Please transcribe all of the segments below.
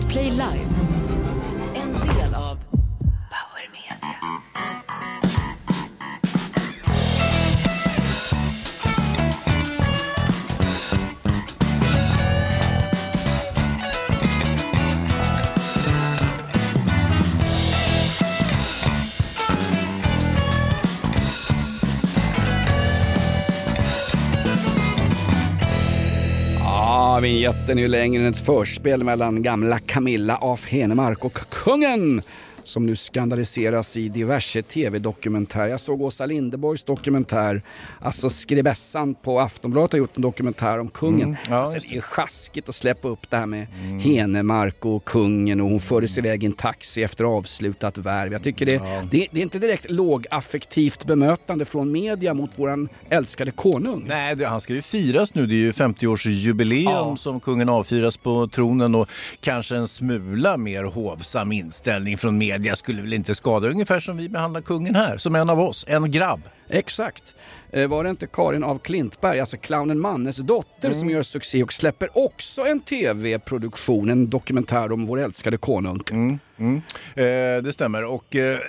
Podplay Live. En del av Power Media. Vinjetten är ju längre än ett förspel mellan gamla Camilla af Henemark och kungen som nu skandaliseras i diverse tv-dokumentärer. Jag såg Åsa Linderborgs dokumentär, alltså skribessan på Aftonbladet har gjort en dokumentär om kungen. Alltså, det är sjaskigt att släppa upp det här med Henemark och kungen, och hon fördes iväg i en taxi efter avslutat värv. Jag tycker det är inte direkt lågaffektivt bemötande från media mot våran älskade konung. Nej, han ska ju firas nu. Det är ju 50-årsjubileum som kungen avfiras på tronen, och kanske en smula mer hovsam inställning från media skulle väl inte skada, ungefär som vi behandlar kungen här, som en av oss, en grabb. Exakt. Var det inte Karin af Klintberg, alltså clownen Mannes dotter, som gör succé och släpper också en tv-produktion, en dokumentär om vår älskade konung? Det stämmer. Och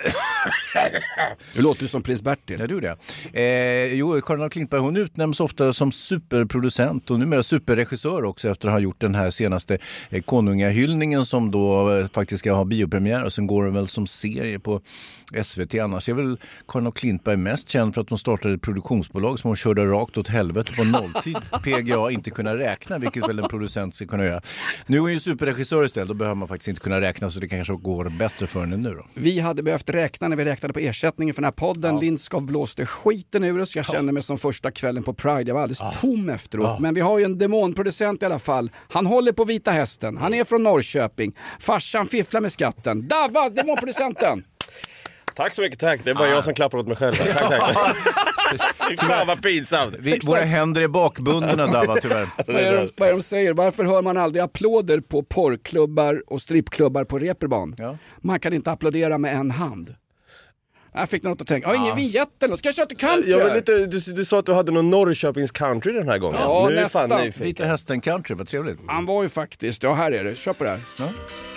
det låter ju som prins Bertil. Ja, du det. Karin af Klintberg, hon utnämns ofta som superproducent och numera superregissör också, efter att ha gjort den här senaste konungahyllningen som då faktiskt ska ha biopremiär, och sen går den väl som serie på SVT. Annars är väl Karin af Klintberg mest känd för att hon startade ett produktionsbolag som hon körde rakt åt helvete på nolltid. PGA inte kunna räkna, vilket väl en producent ska kunna göra. Nu är hon ju superregissör istället, då behöver man faktiskt inte kunna räkna, så det kanske går bättre för henne nu då. Vi hade behövt räkna när vi räknade på ersättningen för den här podden. Ja. Lindskov blåste skiten ur oss. Jag kände mig som första kvällen på Pride. Jag var alldeles tom efteråt. Ja. Men vi har ju en demonproducent i alla fall. Han håller på Vita Hästen. Han är från Norrköping. Farsan fifflar med skatten. Dava, demonproducenten! Tack så mycket, tack. Det är bara jag som klappar åt mig själv. Tack. Fan vad pinsamt. Våra händer är bakbundna, Dava, tyvärr. Vad är de säger? Varför hör man aldrig applåder på porrklubbar och strippklubbar på reperban? Ja. Man kan inte applådera med en hand. Jag fick något att tänka. Jag har ingen vinjetten då. Ska jag köra till country? Du sa att du hade någon Norrköpings country den här gången. Ja, nu nästan. Vita Hästen country, vad trevligt. Han var ju faktiskt, här är det. Kör på det här. Ja.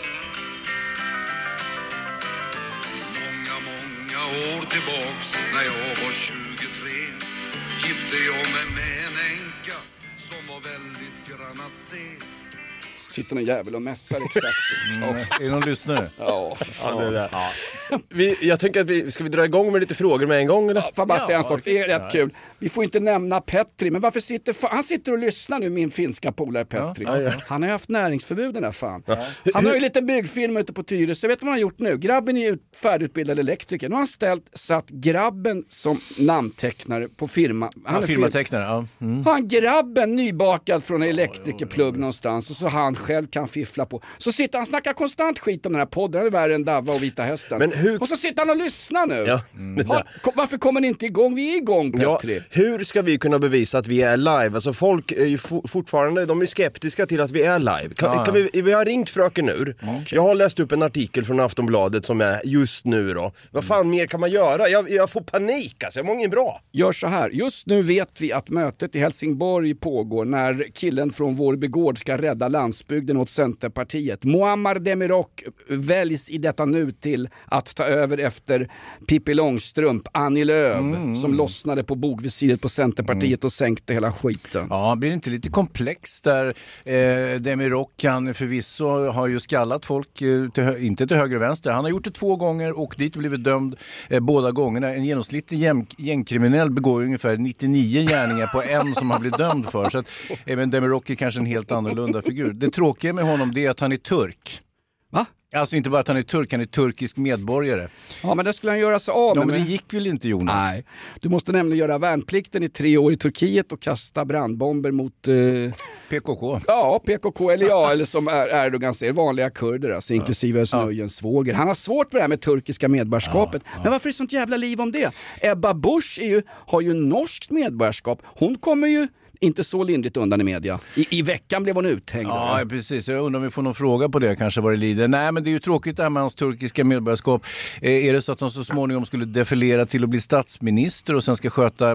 År tillbaks när jag var 23 gifte jag mig med en änka som var väldigt grann att se. Sitter någon jävel och mässar exakt. Är det någon lyssnare? Ja, det är det. Jag tänker att ska vi dra igång med lite frågor med en gång? Eller? Får bara säga en sak, det är rätt kul. Vi får inte nämna Petri, men varför han sitter och lyssnar nu, min finska polare Petri. Han har haft näringsförbud, den där fan. Han har ju lite byggfilm ute på Tyresö. Vet du vad han har gjort nu? Grabben är ju färdigutbildad elektriker. Nu har han satt grabben som namntecknare på firma. Han är firmatecknare, Han grabben nybakad från en elektrikerplugg någonstans, och så han själv kan fiffla på. Så sitter han och snackar konstant skit om den här podden. Det är värre än Dava och Vita Hästen. Och så sitter han och lyssnar nu. Ja. Varför kommer ni inte igång? Vi är igång, Petri. Ja, hur ska vi kunna bevisa att vi är live? Alltså folk är ju fortfarande, de är skeptiska till att vi är live. Vi har ringt fröken Ur. Okay. Jag har läst upp en artikel från Aftonbladet som är just nu då. Vad fan mer kan man göra? Jag får panik, alltså. Jag mår ingen bra. Gör så här. Just nu vet vi att mötet i Helsingborg pågår när killen från Vårby gård ska rädda landsbygden åt Centerpartiet. Muammar Demirok väljs i detta nu till att ta över efter Pippi Långstrump, Annie Lööf, som lossnade på bogvisiret på Centerpartiet och sänkte hela skiten. Ja, blir det inte lite komplext där? Demirok kan förvisso har ju skallat folk, inte till höger och vänster. Han har gjort det 2 gånger och dit blivit dömd båda gångerna. En genomsnittlig gängkriminell begår ungefär 99 gärningar på en som han blir dömd för. Så att även Demirok är kanske en helt annorlunda figur. Det tråkiga med honom det är att han är turk. Va? Alltså inte bara att han är turk, han är turkisk medborgare. Ja, men det skulle han göra sig av med. Ja, men det gick väl inte, Jonas? Nej, du måste nämligen göra värnplikten i 3 år i Turkiet och kasta brandbomber mot... PKK. Ja, PKK eller som Erdogan säger, vanliga kurder, alltså inklusive Özlöjens svåger. Han har svårt med det här med turkiska medborgarskapet. Men varför är det sånt jävla liv om det? Ebba Busch har ju norskt medborgarskap. Hon kommer ju inte så lindrigt undan i media. I veckan blev hon uthängd. Ja, precis. Jag undrar om vi får någon fråga på det, kanske vad det lider. Nej, men det är ju tråkigt det här med hans turkiska medborgarskap. Är det så att de så småningom skulle defilera till att bli statsminister och sen ska sköta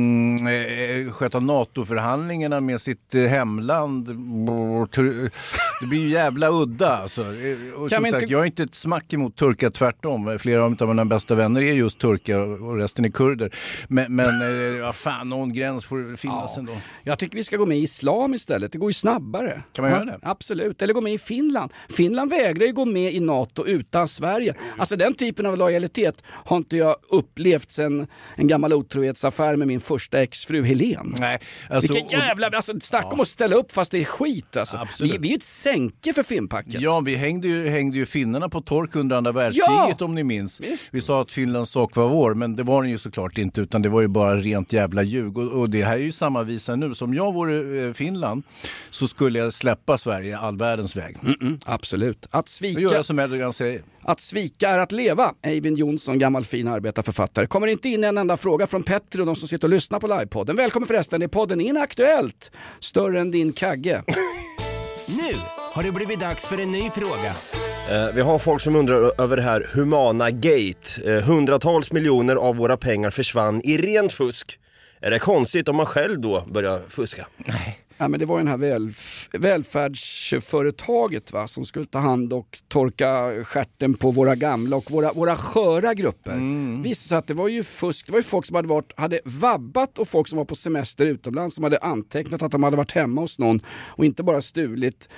NATO-förhandlingarna med sitt hemland? Det blir ju jävla udda alltså. Och som sagt, jag är inte ett smack emot turkar, tvärtom. Flera av mina bästa vänner är just turkar och resten är kurder. Men ja, fan, någon gräns får finnas ändå. Jag tycker vi ska gå med i islam istället. Det går ju snabbare. Kan man göra det? Absolut. Eller gå med i Finland. Finland vägrar ju gå med i NATO utan Sverige. Alltså den typen av lojalitet har inte jag upplevt sedan en gammal otrohetsaffär med min första exfru Helen. Nej, alltså, vilken jävla... Alltså, snacka om att ställa upp fast det är skit. Alltså. Vi är ju ett sänke för Finnpacket. Ja, vi hängde ju finnarna på tork under andra världskriget om ni minns. Visst. Vi sa att Finlands sak var vår, men det var den ju såklart inte, utan det var ju bara rent jävla ljug. Och det här är ju samma visa nu. Som jag vore Finland så skulle jag släppa Sverige all världens väg. Absolut. Att svika... Göra som Erdogan säger. Att svika är att leva. Eivind Jonsson, gammal fin arbetarförfattare. Kommer inte in en enda fråga från Petter och de som sitter och lyssnar på livepodden. Välkommen förresten i podden Inaktuellt. Större än din kagge. Nu har det blivit dags för en ny fråga. Vi har folk som undrar över det här Humana Gate. Hundratals miljoner av våra pengar försvann i rent fusk. Är det konstigt om man själv då börjar fuska? Nej. Ja, men det var ju den här välfärdsföretaget som skulle ta hand och torka stjärten på våra gamla och våra sköra grupper. Visst, så att det var ju fusk. Det var ju folk som hade vabbat och folk som var på semester utomlands som hade antecknat att de hade varit hemma hos någon och inte bara stulit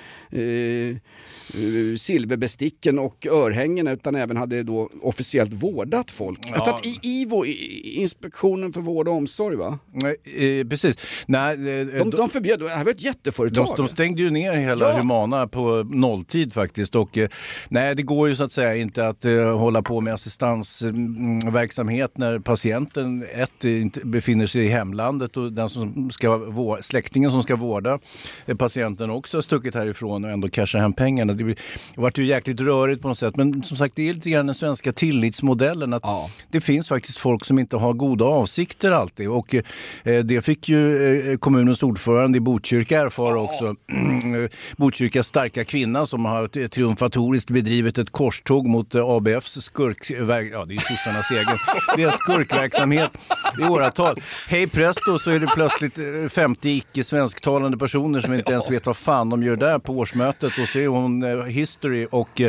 silverbesticken och örhängena utan även hade då officiellt vårdat folk. Jag tror att IVO, Inspektionen för vård och omsorg, va? Precis. Nej, de förbjöd, det här var ett jätteföretag. De stängde ju ner hela Humana på nolltid faktiskt. Och nej, det går ju så att säga inte att hålla på med assistansverksamhet när patienten inte befinner sig i hemlandet och den som släktingen som ska vårda patienten också har stuckit härifrån och ändå cashar hem pengarna. Det varit ju jäkligt rörigt på något sätt. Men som sagt, det är lite grann den svenska tillitsmodellen att det finns faktiskt folk som inte har goda avsikter alltid. Och det fick ju kommunens ordförande i Botkyrka erfara också. Botkyrkas starka kvinna som har triumfatoriskt bedrivit ett korståg mot ABFs skurkverksamhet. Ja, det är ju sossarnas egen. Deras skurkverksamhet i åratal. Hej presto, så är det plötsligt 50 icke-svensktalande personer som inte ens vet vad fan de gör där på årsmötet. Och så är hon History och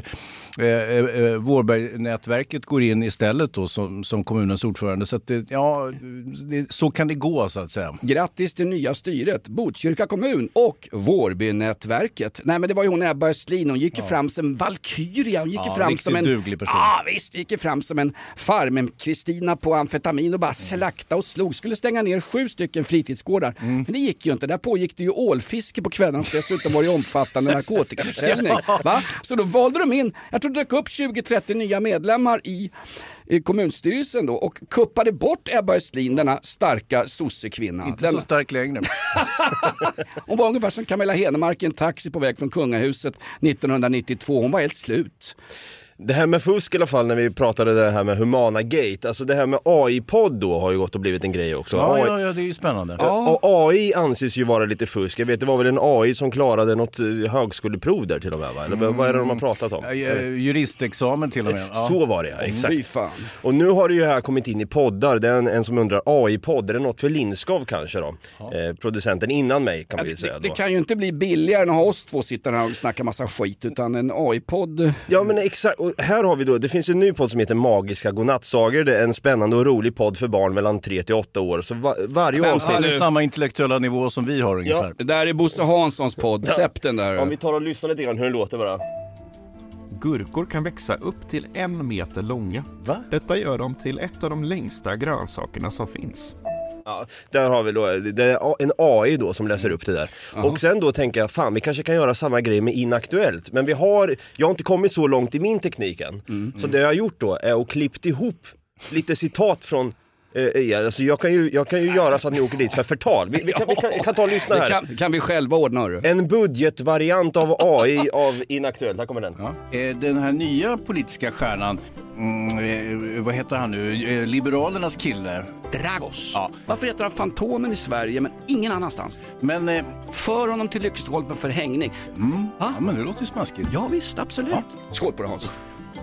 Vårberg-nätverket går in istället då som kommunens ordförande. Så att så kan det gå så att säga. Grattis till nya styret, Botkyrka kommun och Vårbynätverket. Nej, men det var ju hon Ebba Östlin. Hon gick ju fram som Valkyria. Hon gick ju fram som en duglig person. Ja, visst, gick ju fram som en Farmen-Kristina på amfetamin och bara slakta och slog. Skulle stänga ner 7 stycken fritidsgårdar. Men det gick ju inte. Där pågick det ju ålfiske på kvällarna. Dessutom var det omfattande narkotikaförsäljning. Va? Så då valde de in, jag tror det dök upp 20-30 nya medlemmar i kommunstyrelsen då och kuppade bort Ebba Östlin, denna starka sossekvinna. Inte så stark längre. Hon var ungefär som Camilla Henemark i en taxi på väg från kungahuset 1992. Hon var helt slut. Det här med fusk i alla fall, när vi pratade det här med Humana Gate, alltså det här med AI-podd då har ju gått och blivit en grej också. Ja, det är ju spännande. Och AI anses ju vara lite fusk. Jag vet, det var väl en AI som klarade något högskoleprov där till och med, va? Eller vad är det de har pratat om? Juristexamen till och med. Ja. Så var det, ja, exakt. Fy fan. Och nu har det ju här kommit in i poddar. Det är en som undrar, AI-podd, är det något för Lindskov kanske då? Producenten innan mig kan man ju säga då. Det kan ju inte bli billigare än att ha oss två sitter här och snacka massa skit, utan en AI-podd. Ja, men exakt. Och här har vi då, det finns en ny podd som heter Magiska godnattsagor. Det är en spännande och rolig podd för barn mellan 3 till 8 år. Så varje avsnitt... Det är samma intellektuella nivå som vi har ungefär. Ja. Det där är Bosse Hanssons podd. Släpp den där. Om vi tar och lyssnar lite grann hur det låter bara. Gurkor kan växa upp till 1 meter långa. Va? Detta gör dem till ett av de längsta grönsakerna som finns. Ja, där har vi då, det är en AI då som läser upp det där. Och sen då tänker jag, fan vi kanske kan göra samma grej med Inaktuellt. Men jag har inte kommit så långt i min teknik än. Så det jag har gjort då är att klippt ihop lite citat från alltså jag kan ju göra så att ni åker dit för förtal. Vi kan ta och lyssna här. Det kan vi själva ordna. En budgetvariant av AI av Inaktuellt. Här kommer den. Ja. Den här nya politiska stjärnan, vad heter han nu? Liberalernas kille. Dragos. Ja. Varför heter han Fantomen i Sverige men ingen annanstans? Men för honom till Lyxstolpen för hängning. ja, men det låter smaskigt. Ja visst, absolut. Ja. Skål på det, Hans.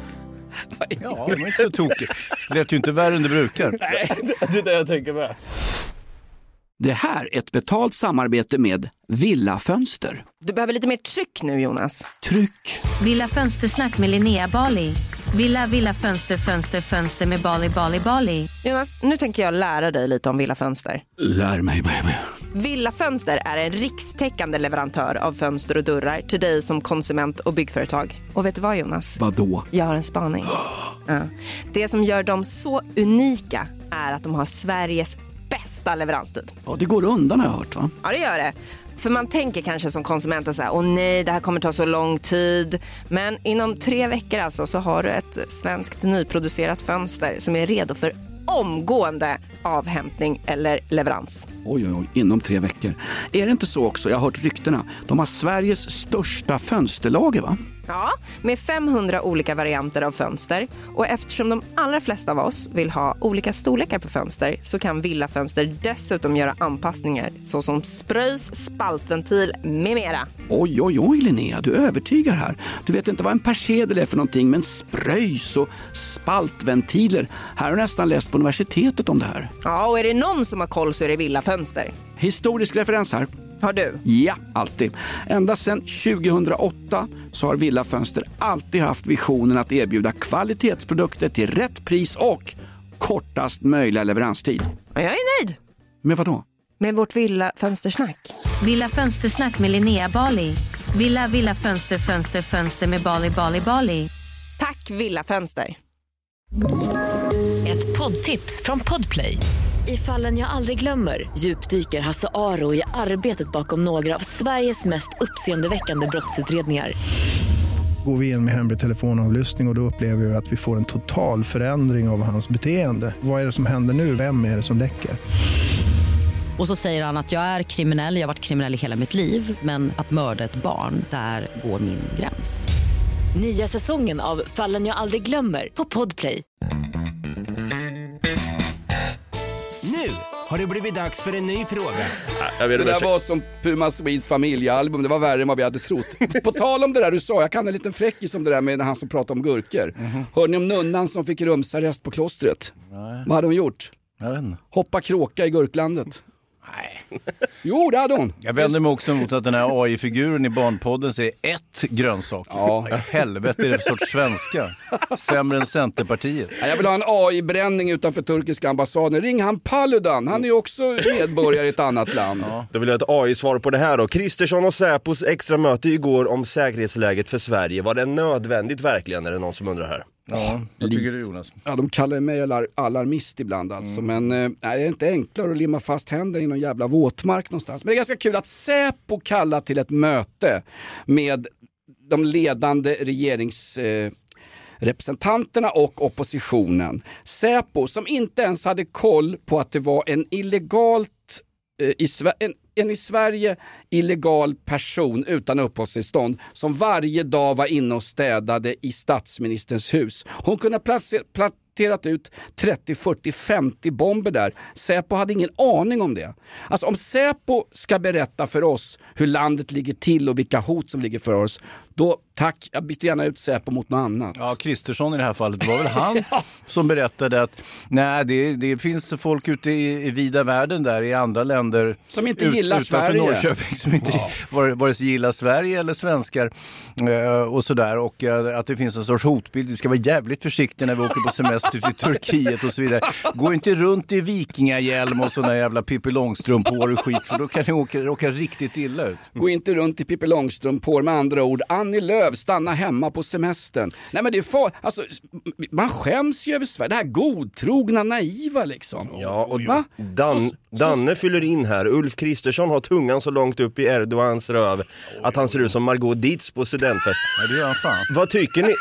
Ja, det var inte så tokigt. Det lät ju inte värre än det brukar. Nej, det är det jag tänker med. Det här är ett betalt samarbete med Villa Fönster. Du behöver lite mer tryck nu, Jonas. Tryck! Villa Fönstersnack med Linnea Bali. Villa fönster med Bali. Jonas, nu tänker jag lära dig lite om Villa Fönster. Lär mig, baby. Villa Fönster är en rikstäckande leverantör av fönster och dörrar till dig som konsument och byggföretag. Och vet du vad, Jonas? Vadå? Jag har en spaning. Ja. Det som gör dem så unika är att de har Sveriges bästa leveranstid. Ja, det går undan har jag hört, va? Ja, det gör det. För man tänker kanske som konsument så här, åh nej, det här kommer ta så lång tid. Men inom 3 veckor alltså så har du ett svenskt nyproducerat fönster som är redo för omgående avhämtning eller leverans. Oj, inom 3 veckor. Är det inte så också? Jag har hört ryktena. De har Sveriges största fönsterlager, va? Ja, med 500 olika varianter av fönster. Och eftersom de allra flesta av oss vill ha olika storlekar på fönster så kan Villa Fönster dessutom göra anpassningar såsom spröjs, spaltventil med mera. Oj, Linnea, du övertygar här. Du vet inte vad en persedel är för någonting, men spröjs och spaltventiler. Här har jag nästan läst på universitetet om det här. Ja, och är det någon som har koll så är det Villa Fönster. Historisk referens här. Har du? Ja, alltid. Ända sedan 2008 så har Villa Fönster alltid haft visionen att erbjuda kvalitetsprodukter till rätt pris och kortast möjliga leveranstid. Ja, jag är nöjd. Med vad då? Med vårt Villa Fönstersnack. Villa Fönstersnack med Linnea Bali. Villa fönster med Bali. Tack Villa Fönster. Ett poddtips från Podplay. I Fallen jag aldrig glömmer djupdyker Hasse Aro i arbetet bakom några av Sveriges mest uppseendeväckande brottsutredningar. Går vi in med hemlig telefonavlyssning och då upplever vi att vi får en total förändring av hans beteende. Vad är det som händer nu? Vem är det som läcker? Och så säger han att jag är kriminell, jag har varit kriminell i hela mitt liv. Men att mörda ett barn, där går min gräns. Nya säsongen av Fallen jag aldrig glömmer på Podplay. Nu har det blivit dags för en ny fråga. Det där var som Puma Swedes familjealbum. Det var värre än vad vi hade trott. På tal om det där du sa, jag kan en liten fräckis om det där med han som pratade om gurkor. Hörde ni om nunnan som fick rumsarrest på klostret? Nej. Vad hade hon gjort? Jag vet inte. Hoppa kråka i gurklandet. Nej. Jo, det hade hon. Jag vänder mig också mot att den här AI-figuren i Barnpodden säger ett grönsak. Ja. Helvete är det för sorts svenska. Sämre än Centerpartiet. Jag vill ha en AI-bränning utanför turkiska ambassaden. Ring han Paludan, han är ju också medborgare i ett annat land. Ja. Då vill jag ha ett AI-svar på det här då. Kristersson och Säpos extra möte igår om säkerhetsläget för Sverige. Var det nödvändigt verkligen, är det någon som undrar här? Ja, vad tycker du, Jonas? Ja, de kallar mig alarmist ibland alltså. Men det är inte enklare att limma fast händer i någon jävla våtmark någonstans. Men det är ganska kul att Säpo kallar till ett möte med de ledande regeringsrepresentanterna och oppositionen. Säpo som inte ens hade koll på att det var en illegalt en i Sverige illegal person utan uppehållstillstånd som varje dag var inne och städade i statsministerns hus. Hon kunde planterat ut 30, 40, 50 bomber där. Säpo hade ingen aning om det. Alltså om Säpo ska berätta för oss hur landet ligger till och vilka hot som ligger för oss, då tack, jag byter gärna ut Säpo mot något annat. Ja, Kristersson i det här fallet, det var väl han som berättade att nej, det finns folk ute i vida världen där i andra länder som inte gillar Sverige. Norrköping som inte vare sig gillar Sverige eller svenskar och sådär, och att det finns en sorts hotbild. Vi ska vara jävligt försiktiga när vi åker på semester till Turkiet och så vidare. Gå inte runt i vikingahjälm och sådana jävla Pippi Långstrump-hår och skit, för då kan ni åka riktigt illa ut. Gå inte runt i Pippi Långstrump-hår, med andra ord. Annie Lööf, stanna hemma på semestern. Nej, men det är alltså, man skäms ju över Sverige. Det här godtrogna, naiva liksom. Ja, och Danne fyller in här. Ulf Kristersson har tungan så långt upp i Erdogans röv att han ser ut som Margot Dietz på studentfest. Ja, det gör han fan. Vad tycker ni?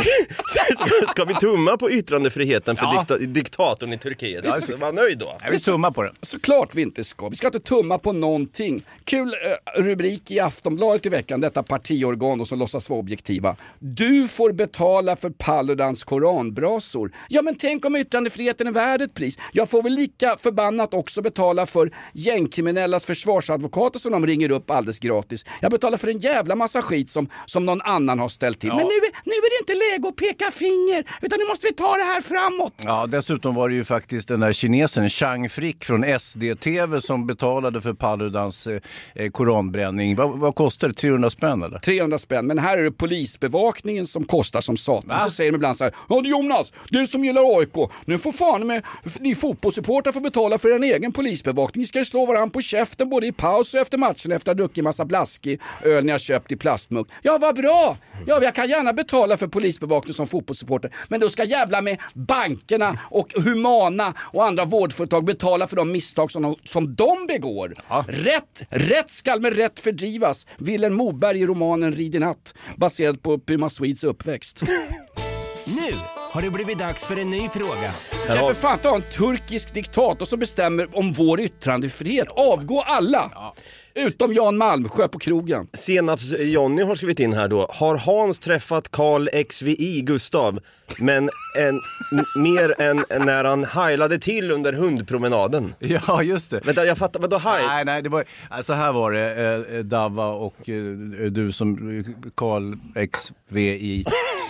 Ska vi tumma på yttrandefriheten för diktatorn i Turkiet? Var nöjd då. Jag vill tumma på det. Såklart vi inte ska. Vi ska inte tumma på någonting. Kul rubrik i Aftonbladet i veckan. Detta partiorgan och som låtsas vara objektiva. Du får betala för Paludans koranbrasor. Ja, men tänk om yttrandefriheten är värd ett pris. Jag får väl lika förbannat också betala för gängkriminellas försvarsadvokater som de ringer upp alldeles gratis. Jag betalar för en jävla massa skit som någon annan har ställt till. Ja. Men nu är det inte läge att peka finger, utan nu måste vi ta det här framåt. Ja, dessutom var det ju faktiskt den där kinesen Chang Frick från SD-TV som betalade för Paludans koranbränning. Vad kostar det? 300 spänn eller? 300 spänn, men här är det polisbevakningen som kostar som satan. Så säger de ibland så här: ja Jonas, du som gillar AIK, nu får fan med ni fotbollssupportrar får betala för en egen polisbevakning. Ska slå varandra på käften både i paus och efter matchen efter att ha druckit massa blaskig öl ni har köpt i plastmugg. Ja, vad bra! Ja, jag kan gärna betala för polisbevakning som fotbollssupporter, men då ska jävla med bankerna och Humana och andra vårdföretag betala för de misstag som de begår. Ja. Rätt ska med rätt fördrivas. Vilhelm Moberg i romanen Rid i natt, baserad på Puma Swedes uppväxt. Nu har det blivit dags för en ny fråga. Jag för fan ta en turkisk diktator som bestämmer om vår yttrandefrihet. Avgå alla. Ja. Utom Jan Malmsjö på krogen. Senaps Johnny har skrivit in här då. Har Hans träffat Carl XVI Gustav, men mer än när han heilade till under hundpromenaden? Ja, just det. Vänta, jag fattar, vadå heil? Nej, det var, alltså här var det Dava och du som Carl XVI.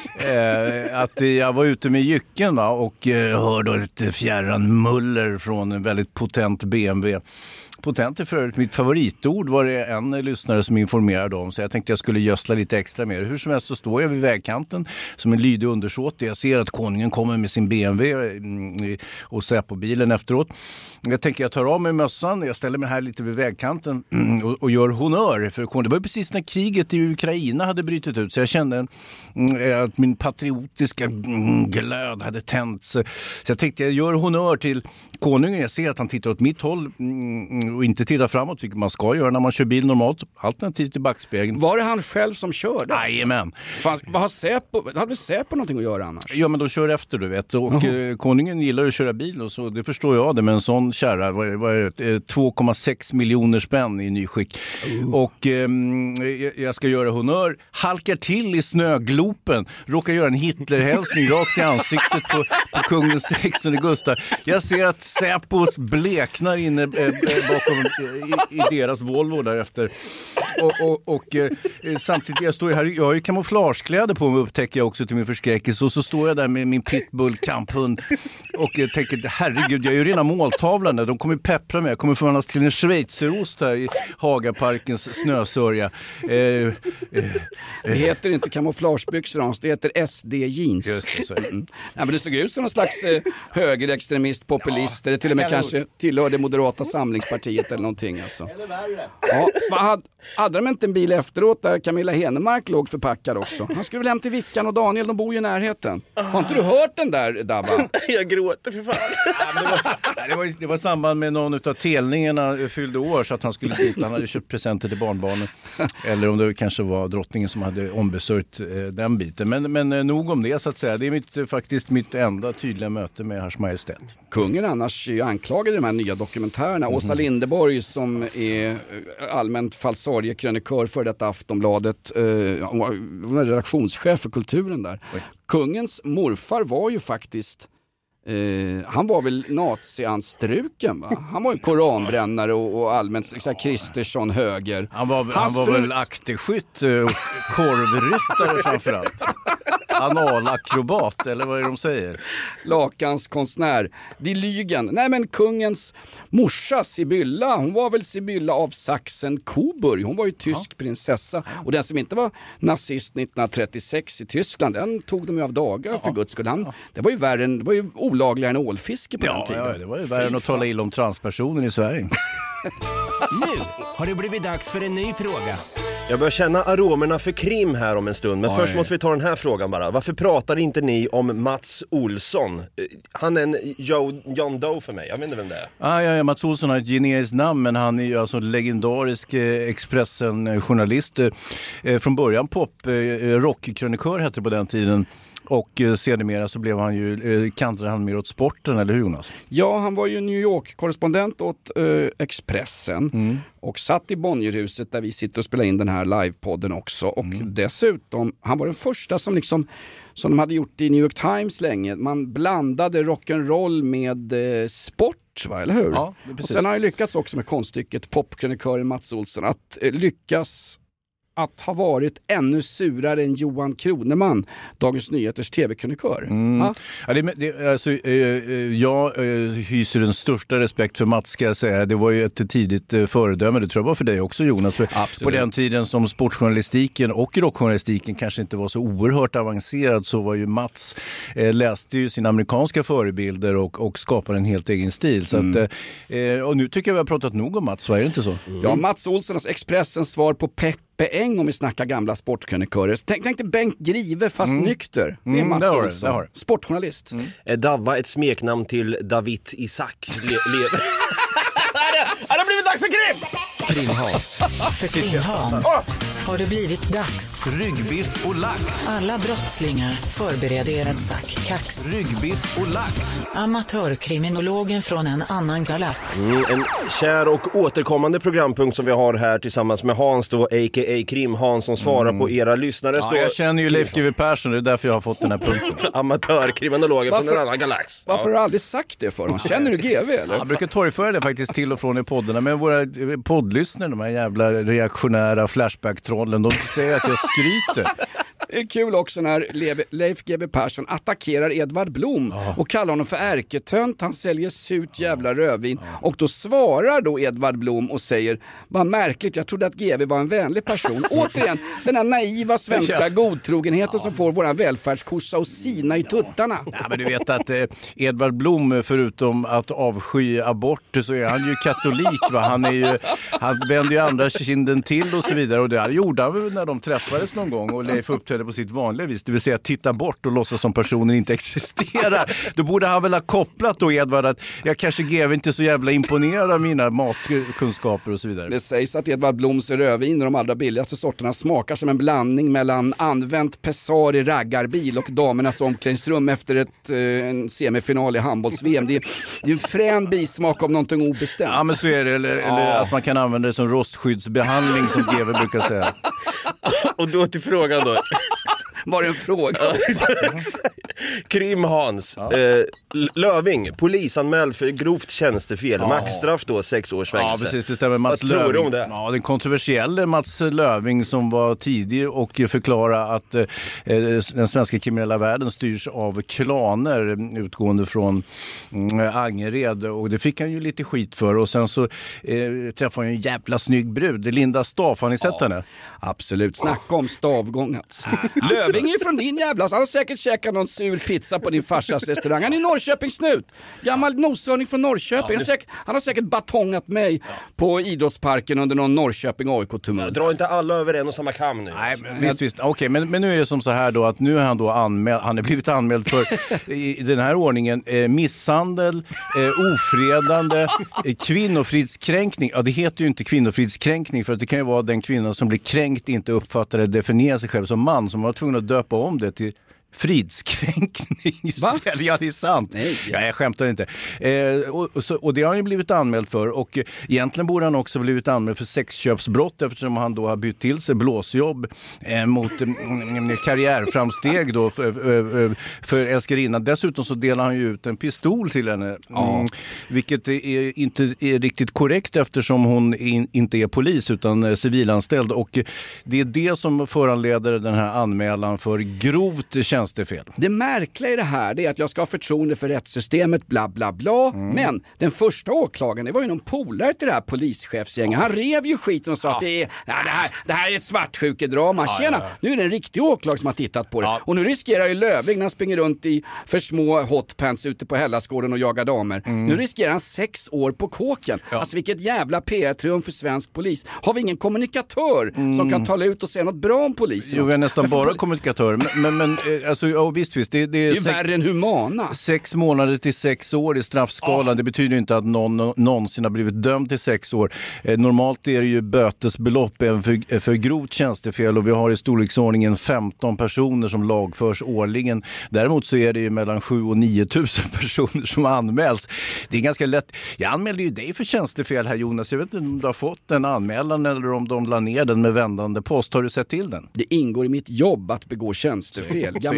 Att jag var ute med jycken och hörde lite fjärran muller från en väldigt potent BMW. Potent är för övrigt mitt favoritord, var det en lyssnare som informerade om, så jag tänkte jag skulle gödsla lite extra mer. Hur som helst så står jag vid vägkanten som en lydig undersåt. Jag ser att konungen kommer med sin BMW och ser på bilen efteråt. Jag tänker jag tar av mig mössan, jag ställer mig här lite vid vägkanten och gör honör för konungen. Det var ju precis när kriget i Ukraina hade brytit ut, så jag kände att min patriotiska glöd hade tänts. Så jag tänkte jag gör honör till konungen. Jag ser att han tittar åt mitt håll och inte titta framåt, vilket man ska göra när man kör bil normalt. Alternativt i backspegeln. Var det han själv som körde? Jajamän. Vad hade Säpo någonting att göra annars? Ja, men de kör efter, du vet. Och konungen gillar att köra bil och så, det förstår jag det. Men en sån kärra var 2,6 miljoner spänn i nyskick. Och jag ska göra honör. Halkar till i snöglopen. Råkar göra en Hitlerhälsning rakt i ansiktet på kungen 16 Gustav. Jag ser att Säpo bleknar inne bakom i deras Volvo därefter. Och samtidigt jag står här, jag har ju kamouflagekläder på mig, upptäcker jag också till min förskräckelse, och så står jag där med min pitbull kamphund och jag tänker, herregud, jag är ju rena måltavlan där. De kommer peppra mig, jag kommer förvandlas till en schweizerost här i Hagaparkens snösörja. Det heter inte kamouflagebyxor, Hans, det heter SD-jeans. Just det, så. Nej, men det såg ut som någon slags högerextremist, populist, eller till och med kanske tillhörde Moderata samlingspartiet eller någonting. Alltså. Eller värre. Ja, hade de inte en bil efteråt där Camilla Henemark låg förpackad också? Han skulle väl hem till Vickan och Daniel, de bor ju i närheten. Har inte du hört den där, Dabba? Jag gråter för fan. Det var samband med någon av telningarna fyllde år så att han skulle dit. Han hade köpt presenter till barnbarnen. Eller om det kanske var drottningen som hade ombesörjt den biten. Men nog om det, så att säga. Det är faktiskt mitt enda tydliga möte med Hans Majestät. Kungen annars är anklagad i de här nya dokumentärerna. Åsa Linderborg som är allmänt falsariekrönikör för detta Aftonbladet. Hon är redaktionschef för kulturen där. Oj. Kungens morfar var ju faktiskt han var väl nazianstruken, va? Han var ju koranbrännare och allmänt Kristersson höger. Han var väl akterskytt, korvryttare framförallt. Analakrobat, eller vad är det de säger? Lakanskonstnär. De lygen. Nej, men kungens morsa Sibylla, hon var väl Sibylla av Sachsen-Coburg. Hon var ju tysk prinsessa. Och den som inte var nazist 1936 i Tyskland, den tog de ju av dagar för guds skull. Det var ju olagligare än ålfiske på den tiden. Ja, det var ju värre än att tala illa om transpersoner i Sverige. Nu har det blivit dags för en ny fråga. Jag börjar känna aromerna för krim här om en stund. Men först måste vi ta den här frågan bara. Varför pratar inte ni om Mats Olsson? Han är en John Doe för mig. Jag vet inte vem det är. Ja, Mats Olsson har ett generiskt namn, men han är ju alltså legendarisk Expressen-journalist. Från början rockkrönikör hette det på den tiden. Och sedermera så blev han ju, kantrade han mer åt sporten, eller hur Jonas? Ja, han var ju New York-korrespondent åt Expressen och satt i Bonnierhuset där vi sitter och spelar in den här livepodden också. Och dessutom, han var den första som de hade gjort i New York Times länge. Man blandade rock'n'roll med sport, va, eller hur? Ja, och sen har han lyckats också med konststycket popkrönikören Mats Olsson att lyckas att ha varit ännu surare än Johan Kroneman, Dagens Nyheters tv-krönikör. Jag hyser den största respekt för Mats, ska jag säga. Det var ju ett tidigt föredöme, det tror jag var för dig också, Jonas. På den tiden som sportjournalistiken och rockjournalistiken kanske inte var så oerhört avancerad, så var ju Mats läste ju sina amerikanska förebilder och skapade en helt egen stil. Så att, och nu tycker jag vi har pratat nog om Mats, var det inte så? Ja, Mats Olssons Expressens svar på Peppe Eng om vi snackar gamla sportkrönikörer. Tänk dig Bengt Grive fast nykter. Det är Mats Olsson, sportjournalist. Davva ett smeknamn till David Isak. Det har blivit dags för krim! Krimhans. För Krimhans har det blivit dags. Ryggbiff och lax. Alla brottslingar förbereder er att sack kax. Ryggbiff och lax. Amatörkriminologen från en annan galax. En kär och återkommande programpunkt som vi har här tillsammans med Hans då, a.k.a. Krim-Hans, som svarar på era lyssnare. Ja, jag känner ju Leif GW Persson, det är därför jag har fått den här punkten. Amatörkriminologen från en annan galax. Varför har du aldrig sagt det för honom? Känner du GW eller? Jag brukar torgföra det faktiskt till och från i poddarna, men våra poddlyssnare, de här jävla reaktionära flashback-trollen, de säger att jag skryter. Det är kul också när Leif GW Persson attackerar Edvard Blom och kallar honom för ärketönt. Han säljer surt jävla rödvin. Och då svarar då Edvard Blom och säger: vad märkligt, jag trodde att GW var en vänlig person. Återigen, den här naiva svenska godtrogenheten som får våra välfärdskorsa och sina i tuttarna. Ja, men du vet att Edvard Blom, förutom att avsky abort, så är han ju katolik, va? Han vänder ju andra kinden till och så vidare, och det gjorde han när de träffades någon gång och Leif uppträdde på sitt vanliga vis, det vill säga titta bort och låtsas som personen inte existerar. Då borde han väl ha kopplat då, Edvard, att jag kanske GW inte så jävla imponerad av mina matkunskaper och så vidare. Det sägs att Edvard Bloms rödvin, de allra billigaste sorterna, smakar som en blandning mellan använt Pessar i raggarbil och damernas omklädningsrum efter en semifinal i handbolls-VM. Det är en frän bismak av någonting obestämt. Ja, men så är det. Eller att man kan använda det som rostskyddsbehandling, som GW brukar säga. Och då till frågan då. Var det en fråga? Krim-Hans. Löving, polisanmäld för grovt tjänstefel. Maxstraff då, 6 års fängelse. Ja, precis, det stämmer. Vad tror du om det? Ja, den kontroversiella Mats Löving, som var tidig och förklara att den svenska kriminella världen styrs av klaner utgående från Angered, och det fick han ju lite skit för. Och sen så träffade han en jävla snygg brud, Linda Staff. Har ni sett henne? Absolut, snacka om stavgångat. Löving är från din jävla, han har säkert käkat någon sur pizza på din farsas restaurang. Han är Norrköpingssnut, gammal noshörning från Norrköping. Han har säkert batongat mig på idrottsparken under någon Norrköping-AIK-tumult. Dra inte alla över en och samma kam nu. Nej, visst. Okej, men nu är det som så här då, att nu är han då anmäld, han är blivit anmäld för i den här ordningen misshandel, ofredande, kvinnofridskränkning. Ja, det heter ju inte kvinnofridskränkning, för att det kan ju vara den kvinna som blir kränkt inte uppfattar det, definierar sig själv som man, som var tvungen att döpa om det till fridskränkning. Va? Ja, det är sant. Nej. Ja, jag skämtar inte. Och det har han ju blivit anmäld för, och egentligen borde han också blivit anmäld för sexköpsbrott, eftersom han då har bytt till sig blåsjobb mot karriärframsteg då för älskarinnan. Dessutom så delar han ju ut en pistol till henne, vilket inte är riktigt korrekt, eftersom hon inte är polis utan civilanställd, och det är det som föranleder den här anmälan för grovt tjänstefel. Det märkliga i det här är att jag ska ha förtroende för rättssystemet, bla bla bla. Men den första åklagaren, det var ju någon polare till det här polischefsgänget. Han rev ju skiten och sa att det här är ett svartsjukedrama. Tjena, nu är det en riktig åklagare som har tittat på det. Och nu riskerar ju Löving, när han springer runt i för små hotpants ute på Hellasgården och jagar damer. Nu riskerar han 6 år på kåken. Alltså vilket jävla PR-triumf för svensk polis. Har vi ingen kommunikatör som kan tala ut och säga något bra om polisen? Jo, vi är nästan bara kommunikatör. Men alltså, visst. Det är värre än humana. 6 månader till 6 år i straffskalan. Det betyder ju inte att någon någonsin har blivit dömd till 6 år. Normalt är det ju bötesbelopp även för grovt tjänstefel, och vi har i storleksordningen 15 personer som lagförs årligen. Däremot så är det ju mellan 7 och 9 000 personer som anmäls. Det är ganska lätt. Jag anmälde ju dig för tjänstefel här, Jonas. Jag vet inte om du har fått en anmälan eller om de la ner den med vändande post. Har du sett till den? Det ingår i mitt jobb att begå tjänstefel.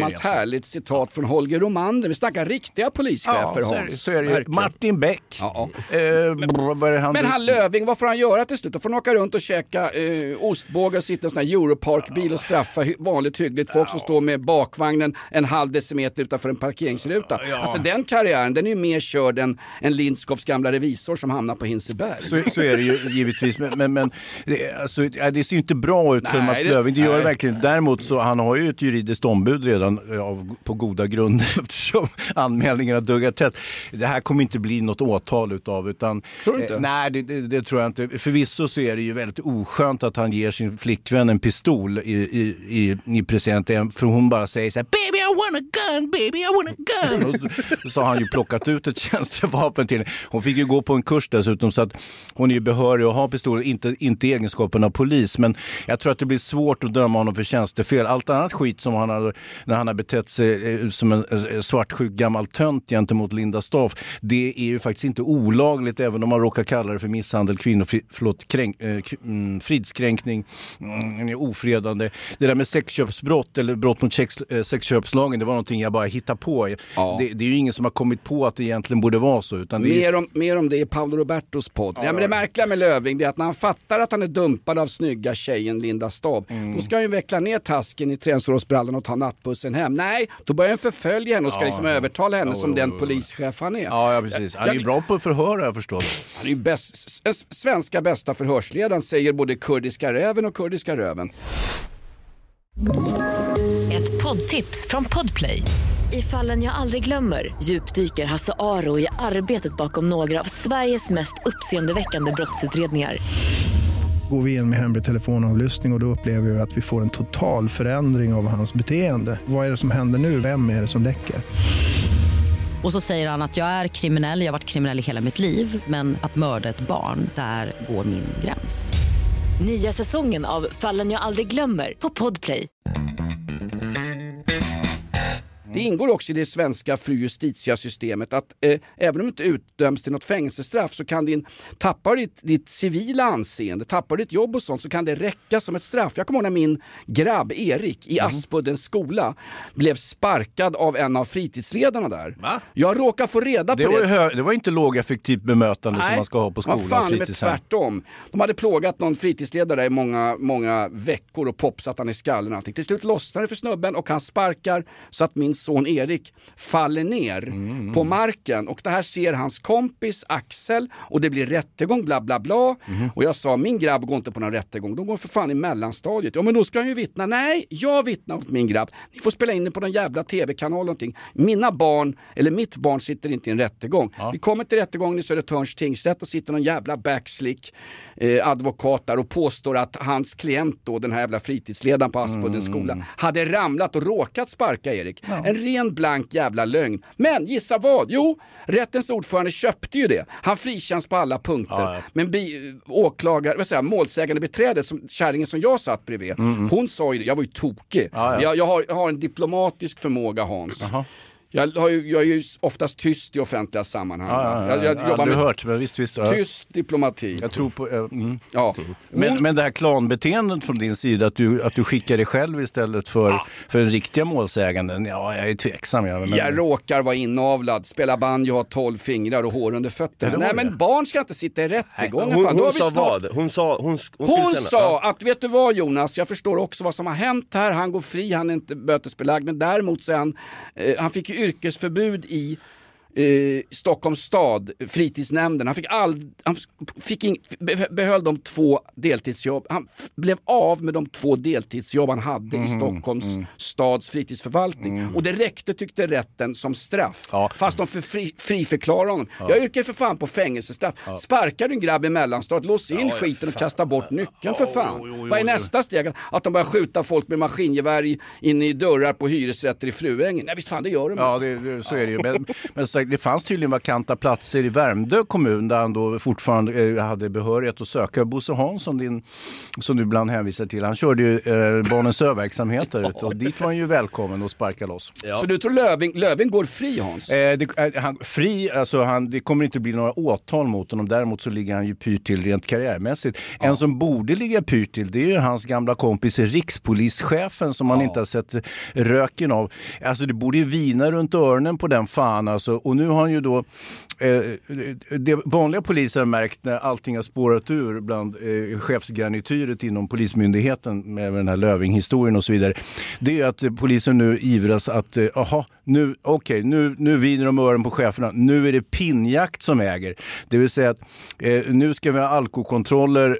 gammalt härligt citat från Holger Romander. Vi snackar riktiga polischefer, Hans. Så är det ju. Martin Beck. Ja. Men han Löving, vad får han göra till slut? Då får han åka runt och käka ostbågar och sitta i en sån här Europark-bil och straffa vanligt hyggligt folk som står med bakvagnen en halv decimeter utanför en parkeringsruta. Alltså den karriären, den är ju mer körd än Lindskoffs gamla revisor som hamnar på Hinseberg. Så är det ju givetvis, men det ser ju inte bra ut för Mats Löving. Det gör det verkligen. Däremot så han har ju ett juridiskt ombud redan på goda grunder eftersom anmälningarna duggar tätt. Det här kommer inte bli något åtal utav, utan tror du inte? Nej, det tror jag inte. Förvisso så är det ju väldigt oskönt att han ger sin flickvän en pistol i present, för hon bara säger så här: baby I want a gun, baby I want a gun. Och så har han ju plockat ut ett tjänstevapen till henne. Hon fick ju gå på en kurs dessutom, så att hon är ju behörig att ha pistol, inte egenskapen av polis, men jag tror att det blir svårt att döma honom för tjänstefel. Allt annat skit som när han har betett sig som en svartsjuk gammal tönt gentemot Linda Staff, det är ju faktiskt inte olagligt, även om man råkar kalla det för misshandel, fridskränkning, ofredande. Det där med sexköpsbrott eller brott mot sexköpslagen, det var någonting jag bara hittade på. Ja. Det är ju ingen som har kommit på att det egentligen borde vara så. Utan mer om det i Paolo Robertos podd. Ja, men det märkliga med Löving är att när han fattar att han är dumpad av snygga tjejen Linda Staaf, då ska han ju veckla ner tasken i tränsårsbrallan och ta nattbussen hem. Nej, då börjar han förfölja henne och ska liksom övertala henne som den polischef han är. Ja, precis. Han är ju bra på förhör, jag förstår. Han är ju svenska bästa förhörsledaren, säger både kurdiska räven och kurdiska röven. Ett poddtips från Podplay. I Fallen jag aldrig glömmer djupdyker Hasse Aro i arbetet bakom några av Sveriges mest uppseendeväckande brottsutredningar. Går vi in med hemlig telefonavlyssning och då upplever vi att vi får en total förändring av hans beteende. Vad är det som händer nu? Vem är det som läcker? Och så säger han att jag är kriminell, jag har varit kriminell i hela mitt liv, men att mörda ett barn, där går min gräns. Nya säsongen av Fallen jag aldrig glömmer på Podplay. Det ingår också i det svenska fru justitia-systemet att även om du inte utdöms till något fängelsestraff så kan tappar ditt civila anseende, tappar ditt jobb och sånt, så kan det räcka som ett straff. Jag kommer ihåg när min grabb Erik i Aspuddens skola blev sparkad av en av fritidsledarna där. Va? Jag råkade få reda på det. Det var inte lågeffektivt bemötande. Nej, som man ska ha på skolan. Nej, fan med tvärtom. De hade plågat någon fritidsledare där i många, många veckor och popsat han i skallen och allting. Till slut lossnade för snubben och han sparkar så att min son Erik faller ner på marken, och det här ser hans kompis Axel och det blir rättegång bla bla bla. Och jag sa, min grabb går inte på någon rättegång, de går för fan i mellanstadiet. Ja, men då ska han ju vittna. Nej, jag vittnar åt min grabb. Ni får spela in det på någon jävla tv-kanal eller någonting. Mitt barn sitter inte i en rättegång. Ja. Vi kommer till rättegången i Södertörns tingsrätt och sitter någon jävla backslick advokat där och påstår att hans klient då, den här jävla fritidsledaren på Aspuddens skola, hade ramlat och råkat sparka Erik. Ja. En ren blank jävla lögn. Men gissa vad? Jo, rättens ordförande köpte ju det. Han frikänns på alla punkter. Ja. Men målsägande beträdet, som kärringen som jag satt bredvid, hon sa ju det. Jag var ju tokig. Ja. Jag har en diplomatisk förmåga, Hans. Aha. Jag är ju oftast tyst i offentliga sammanhang. Jag jobbar med hört, men visst, tyst diplomati. Jag tror på... Men det här klanbeteendet från din sida, att du skickar dig själv istället för den riktiga målsäganden, jag är tveksam. Jag råkar vara inavlad, spela band, jag har 12 fingrar och hår under fötterna. Nej, men barn ska inte sitta i rättegången. Hon sa vad? Hon sa att, vet du vad Jonas, jag förstår också vad som har hänt här. Han går fri, han är inte bötesbelagd, men däremot så han fick ju yrkesförbud i Stockholms stad, fritidsnämnden. Han behöll de 2 deltidsjobb. Han blev av med de 2 deltidsjobb han hade i Stockholms stads fritidsförvaltning. Och det räckte, tyckte rätten, som straff. Ja. Fast de friförklarade honom. Ja. Jag yrkar för fan på fängelsestraff. Ja. Sparkar du en grabb i mellanstad, lås in skiten och kasta bort nyckeln för fan. Vad är nästa steg? Att de börjar skjuta folk med maskingevär in i dörrar på hyresrätter i Fruängen. Nej, visst fan, det gör de. Ja, så är det ju. Men så det fanns tydligen vakanta platser i Värmdö kommun där han då fortfarande hade behörighet att söka. Bosse Hansson, som du ibland hänvisar till, han körde ju Barnens öververksamhet där ute och dit var han ju välkommen att sparka loss. Ja. Så du tror Löfving går fri, Hans? Det kommer inte bli några åtal mot honom. Däremot så ligger han ju pyrt till rent karriärmässigt. Ja. En som borde ligga pyrt till, det är ju hans gamla kompis rikspolischefen som man inte har sett röken av. Alltså det borde ju vina runt öronen på den fan alltså. Och nu har han ju då det vanliga poliser har märkt när allting har spårat ur bland chefsgarnityret inom polismyndigheten med den här Löfving-historien och så vidare. Det är att polisen nu ivras att nu viner de öronen på cheferna. Nu är det pinnjakt som äger. Det vill säga att nu ska vi ha alkoholkontroller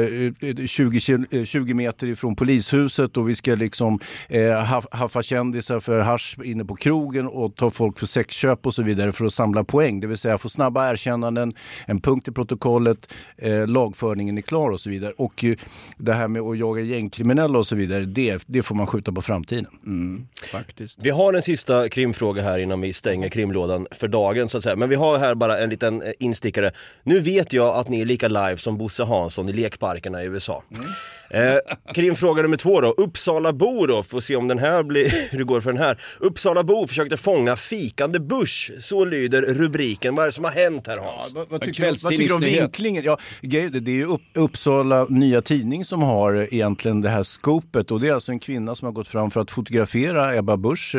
20 meter ifrån polishuset och vi ska liksom haffa kändisar för hasch inne på krogen och ta folk för sexköp och så vidare för att samla poäng. Det vill säga få snabba erkännanden, en punkt i protokollet, lagföringen är klar och så vidare. Och det här med att jaga gängkriminella och så vidare, det får man skjuta på framtiden. Faktiskt. Vi har en sista krimfråga här innan vi stänger krimlådan för dagen så att säga. Men vi har här bara en liten instickare. Nu vet jag att ni är lika live som Bosse Hansson i lekparkerna i USA. Krimfråga nummer 2 då. Uppsalabo då, får se om den här hur det går för den här. Uppsalabo försökte fånga fikande Bush. Så lyder rubriken. Vad är det som har hänt här, Hans? Vad tycker du om vinklingen? Ja, det är ju Uppsala Nya Tidning som har egentligen det här skopet. Och det är alltså en kvinna som har gått fram för att fotografera Ebba Busch,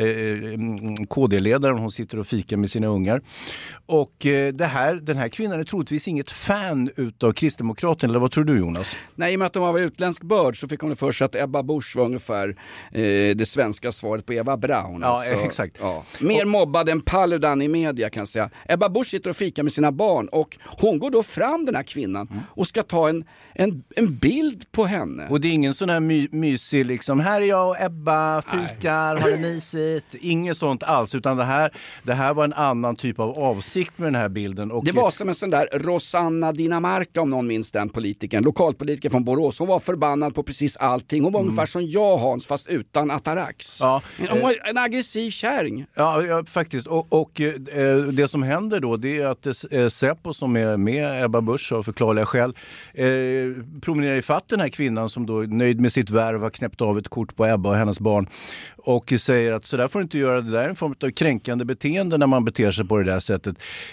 KD-ledaren. Hon sitter och fikar med sina ungar. Och den här kvinnan är troligtvis inget fan utav Kristdemokraterna. Eller vad tror du, Jonas? Nej, i och med att de var utländsk börd så fick hon det för sig att Ebba Busch var ungefär det svenska svaret på Eva Braun. Ja, exakt. Ja. Mer mobbad än Paludan i media kan jag säga. Ebba Busch sitter och fikar med sina barn och hon går då fram, den här kvinnan, och ska ta en bild på henne. Och det är ingen sån här mysig liksom, här är jag och Ebba, fikar, har det mysigt. Inget sånt alls, utan det här var en annan typ av avsikt med den här bilden. Och det var som en sån där Rosanna Dinamarca, om någon minns den politikern, lokalpolitiker från Borås. Hon var förbannad på precis allting. Hon var ungefär som jag, Hans, fast utan atarax. Ja, hon var en aggressiv kärring. Ja, faktiskt. Och det som händer då, det är att Säpo som är med Ebba Busch av förklarliga skäl promenerar i fatt den här kvinnan som då är nöjd med sitt värv, har knäppt av ett kort på Ebba och hennes barn och säger att så där får du inte göra, det där är en form av kränkande beteende när man beter sig på det där sättet.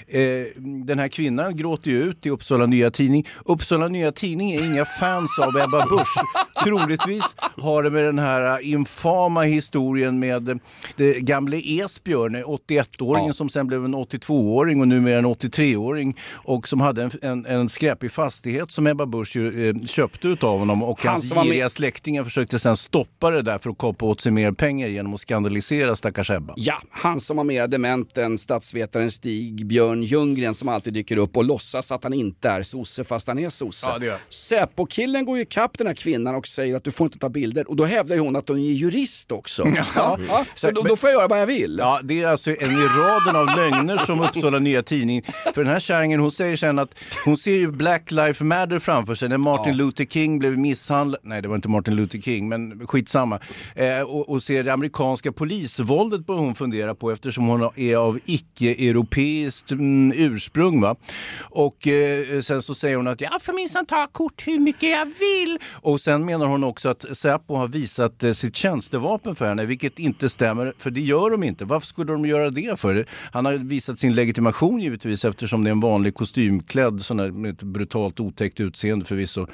Den här kvinnan gråter ju ut i Uppsala Nya Tidning. Uppsala Nya Tidning är inga fans av Ebba Busch. Troligtvis har det med den här infama historien med det gamla Esbjörn, 81-åringen som sen blev en 82-åring och numera en 83-åring och som hade en skräpig fastighet som Ebba Busch köpte utav honom och hans giriga släktingar försökte sen stoppa det där för att koppa åt sig mer pengar genom att skandalisera stackars Ebba. Ja, han som var mer dement än statsvetaren Stig Björn Ljunggren som alltid dyker upp och låtsas att han inte är sosse fast han är sosse. Ja, det gör. Säpo-killen går ju kapp den här kvinnan och säger att du får inte ta bilder och då hävdar hon att hon är jurist också. Ja. Så då får jag göra vad jag vill. Ja, det är alltså en i raden av lögner som Uppsala Nya Tidning. För den här kärringen, hon säger sen att hon ser ju Black Lives Matter framför sig när Martin Luther King blev misshandlad. Nej, det var inte Martin Luther King, men skitsamma. Och ser det amerikanska polisvåldet på hon funderar på eftersom hon är av icke-europeiskt ursprung, va? Och sen så säger hon att jag får minsann ta kort hur mycket jag vill. Och sen menar hon också att Säpo har visat sitt tjänstevapen för henne, vilket inte stämmer, för det gör de inte. Varför skulle de göra det för? Han har visat sin legitimation givetvis eftersom det är en vanlig kostymklädd sån här, med ett brutalt otäckt utseende förvisso.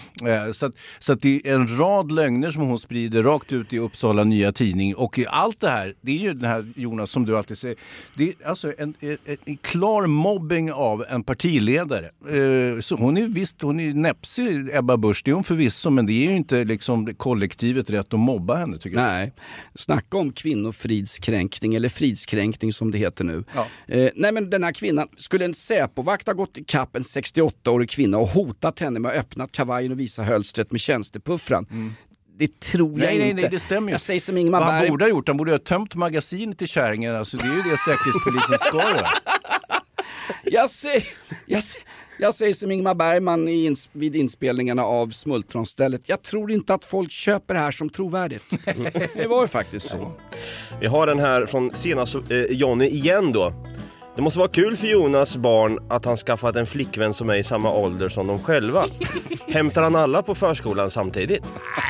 Så att det är en rad lögner som hon sprider rakt ut i Uppsala Nya Tidning och allt det här, det är ju den här, Jonas, som du alltid säger, det är alltså en klar mobbing av en partiledare. Så hon är näpsig, Ebba Busch, det är hon förvisso, men det är ju inte liksom kollektivet rätt att mobba henne, tycker jag. Nej, snacka om kvinnofridskränkning eller fridskränkning som det heter nu. Ja. Nej, men den här kvinnan, skulle en Säpovakt ha gått i kapp en 68-årig kvinna och hotat henne med att öppna kavajen och visa hölstret med tjänstepuffran. Det tror jag inte. Nej, det stämmer ju. Jag säger som Ingmar Berg. Vad han borde ha gjort, han borde ha tömt magasinet till kärringen. Alltså, det är ju det säkerhetspolisen ska göra. Jag säger som Ingmar Bergman vid inspelningarna av Smultronstället. Jag tror inte att folk köper det här som trovärdigt. Det var ju faktiskt så. Vi har den här från senast Johnny igen då. Det måste vara kul för Jonas barn att han skaffat en flickvän som är i samma ålder som de själva. Hämtar han alla på förskolan samtidigt?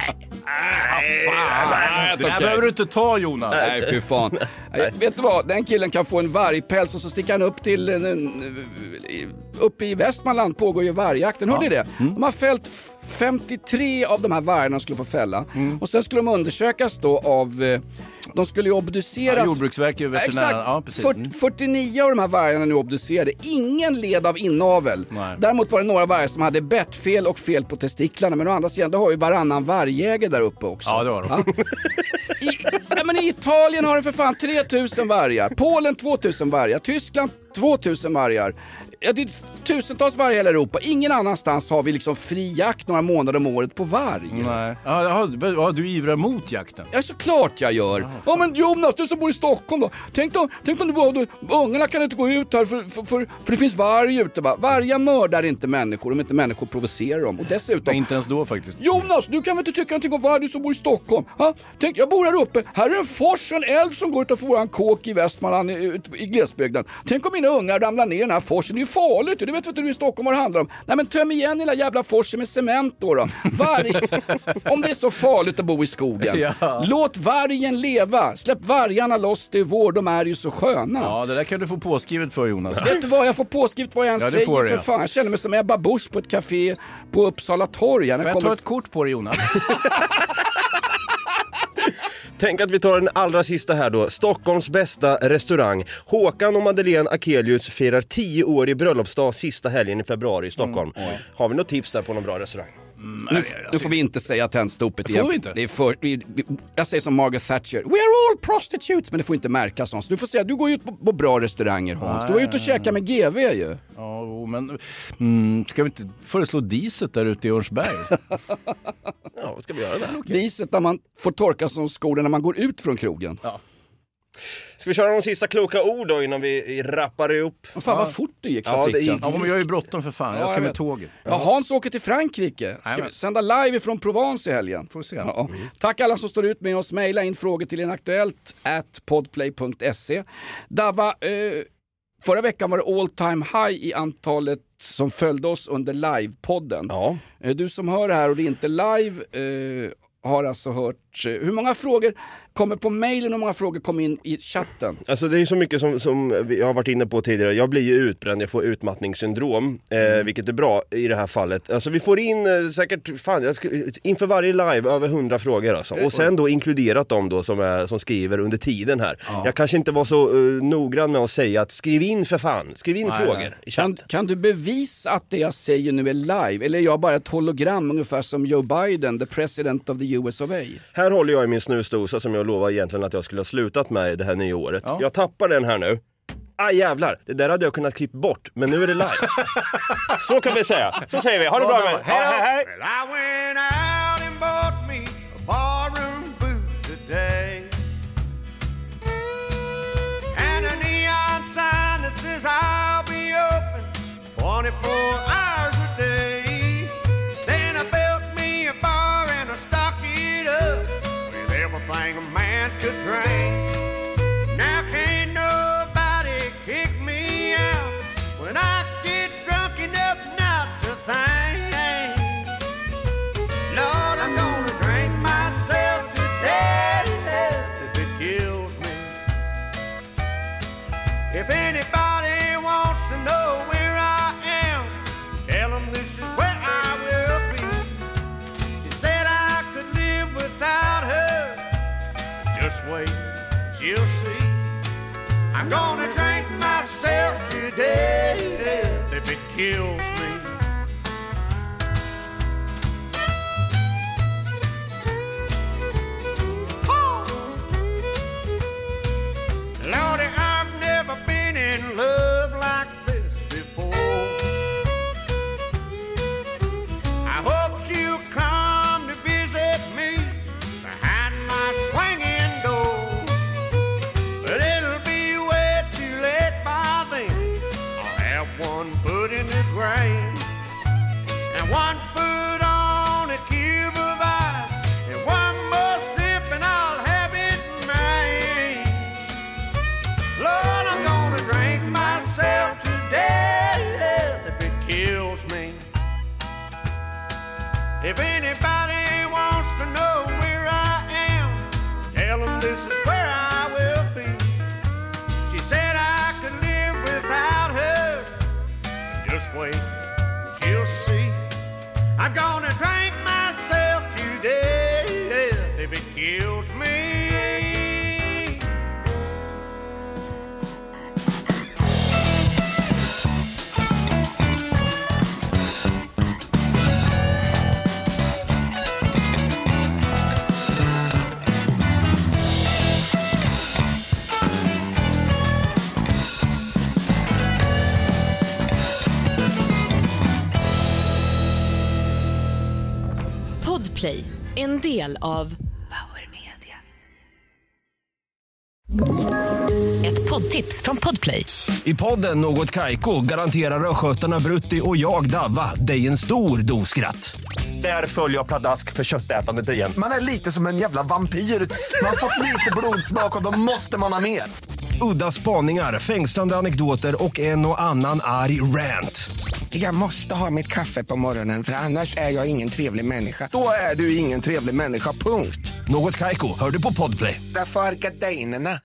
Det här behöver du inte ta, Jonas. Nej, fy fan. Vet du vad? Den killen kan få en vargpäls och så sticker han upp till uppe i Västmanland pågår ju vargjakten. Hörde det? De har fällt 53 av de här vargarna skulle få fälla. Och sen skulle de undersökas då av... De skulle ju obduceras... Ja, Jordbruksverket och veterinären. Ja, precis. 49 av de här vargarna nu obducerade. Ingen led av inavel. Nej. Däremot var det några vargar som hade bettfel och fel på testiklarna. Men å andra sidan, då har ju varannan vargjägare där uppe också. Ja, det var de. Men i Italien har de för fan 3000 vargar. Polen 2000 vargar. Tyskland 2000 vargar. Det är tusentals vargar i hela Europa. Ingen annanstans har vi liksom fri jakt några månader om året på varg. Nej. Ja, du ivrar mot jakten. Ja, såklart jag gör. Ja, men Jonas, du som bor i Stockholm då. Tänk om du bor... Ungarna kan inte gå ut här för det finns varg ute, va? Vargar mördar inte människor om inte människor provocerar dem. Och dessutom... Nej, inte ens då faktiskt. Jonas, du kan väl inte tycka någonting om varg, du som bor i Stockholm. Ha? Tänk, jag bor här uppe. Här är en fors, en älv som går utanför våran kåk i Västmanland i glesbygden. Tänk om mina ungar ramlar ner i den här forsen. Det är ju farligt. Du vet inte du i Stockholm vad det handlar om. Nej, men töm igen hela jävla forsen med cement då. Varg. Om det är så farligt att bo i skogen. Ja. Låt vargen leva. Släpp vargarna loss, det är vår. De är ju så sköna. Ja, det där kan du få påskrivet för, Jonas. Vet du vad? Jag får påskrivet vad jag än säger. För fan. Jag känner mig som Ebba Busch på ett café på Uppsala torg. Får jag ta ett kort på dig, Jonas? Tänk att vi tar den allra sista här då. Stockholms bästa restaurang. Håkan och Madeleine Akelius firar 10 år i bröllopsdag sista helgen i februari i Stockholm. Har vi något tips där på någon bra restaurang? Nu får vi inte säga tändstopet igen. Får vi inte? Det är jag säger som Margaret Thatcher. We are all prostitutes. Men det får inte märkas sånt. Du får säga, du går ut på bra restauranger, Hans. Du är ute och käkar med GV ju. Ja, men ska vi inte föreslå Diset där ute i Örnsberg? Ja, vad ska vi göra där? Okay. Diset där man får torka som skorna när man går ut från krogen. Ja. Ska vi köra de sista kloka ord då innan vi rappar ihop? Fan vad fort det gick. Ja, men jag är ju bråttom för fan. Jag ska med tåget. Ja, Hans åker till Frankrike. Ska vi sända live från Provence i helgen? Får se. Ja. Tack alla som står ut med oss. Maila in frågor till inaktuellt@podplay.se. Dava, förra veckan var det all time high i antalet som följde oss under livepodden. Ja. Du som hör det här och det är inte live har alltså hört hur många frågor kommer på mejlen och hur många frågor kommer in i chatten? Alltså det är så mycket som vi har varit inne på tidigare. Jag blir ju utbränd, jag får utmattningssyndrom, vilket är bra i det här fallet. Alltså vi får in säkert, inför varje live över 100 frågor alltså. Och sen då inkluderat dem då som skriver under tiden här. Ja. Jag kanske inte var så noggrann med att säga att skriv in för fan, skriv in frågor i chatten. Kan du bevisa att det jag säger nu är live? Eller är jag bara ett hologram ungefär som Joe Biden, the president of the US of A? Här håller jag i min snusdosa som jag lovar egentligen att jag skulle ha slutat med det här nya året. Ja. Jag tappar den här nu. Jävlar, det där hade jag kunnat klippa bort, men nu är det live. Så kan vi säga. Så säger vi, ha det bra med. Hej. Well, I went out and bought me a barroom boot today. And a neon sign that says I'll be open 24 hours a day. Then I built me a bar and I stocked it up with everything a man could drink. Now can't nobody kick me out when I get drunk enough not to think. Lord, I'm gonna drink myself to death if it kills me. If anybody wants to know where I am, tell them this is where I will be. She said I could live without her. Just wait, she'll see. I'm gonna drink myself to death if it kills me. Lordy, I've never been in love like this before. I hope she'll come to visit me behind my swinging door. But it'll be way too late by then. I'll have one foot in the grave. If anybody wants to know where I am, tell them this is where I will be. She said I could live without her. Just wait, she'll see. I'm gonna drink myself to death if it kills me. Podplay, en del av Power Media. Ett poddtips från Podplay. I podden Något Kaiko garanterar röskötarna Brutti och jag Davva dig en stor dos skratt. Där följer jag pladask för köttätandet igen. Man är lite som en jävla vampyr. Man har fått lite blodsmak och då måste man ha mer. Udda spaningar, fängslande anekdoter och en och annan arg rant. Jag måste ha mitt kaffe på morgonen för annars är jag ingen trevlig människa. Då är du ingen trevlig människa, punkt. Något Kaiko, hör du på Podplay. Därför är gardinerna.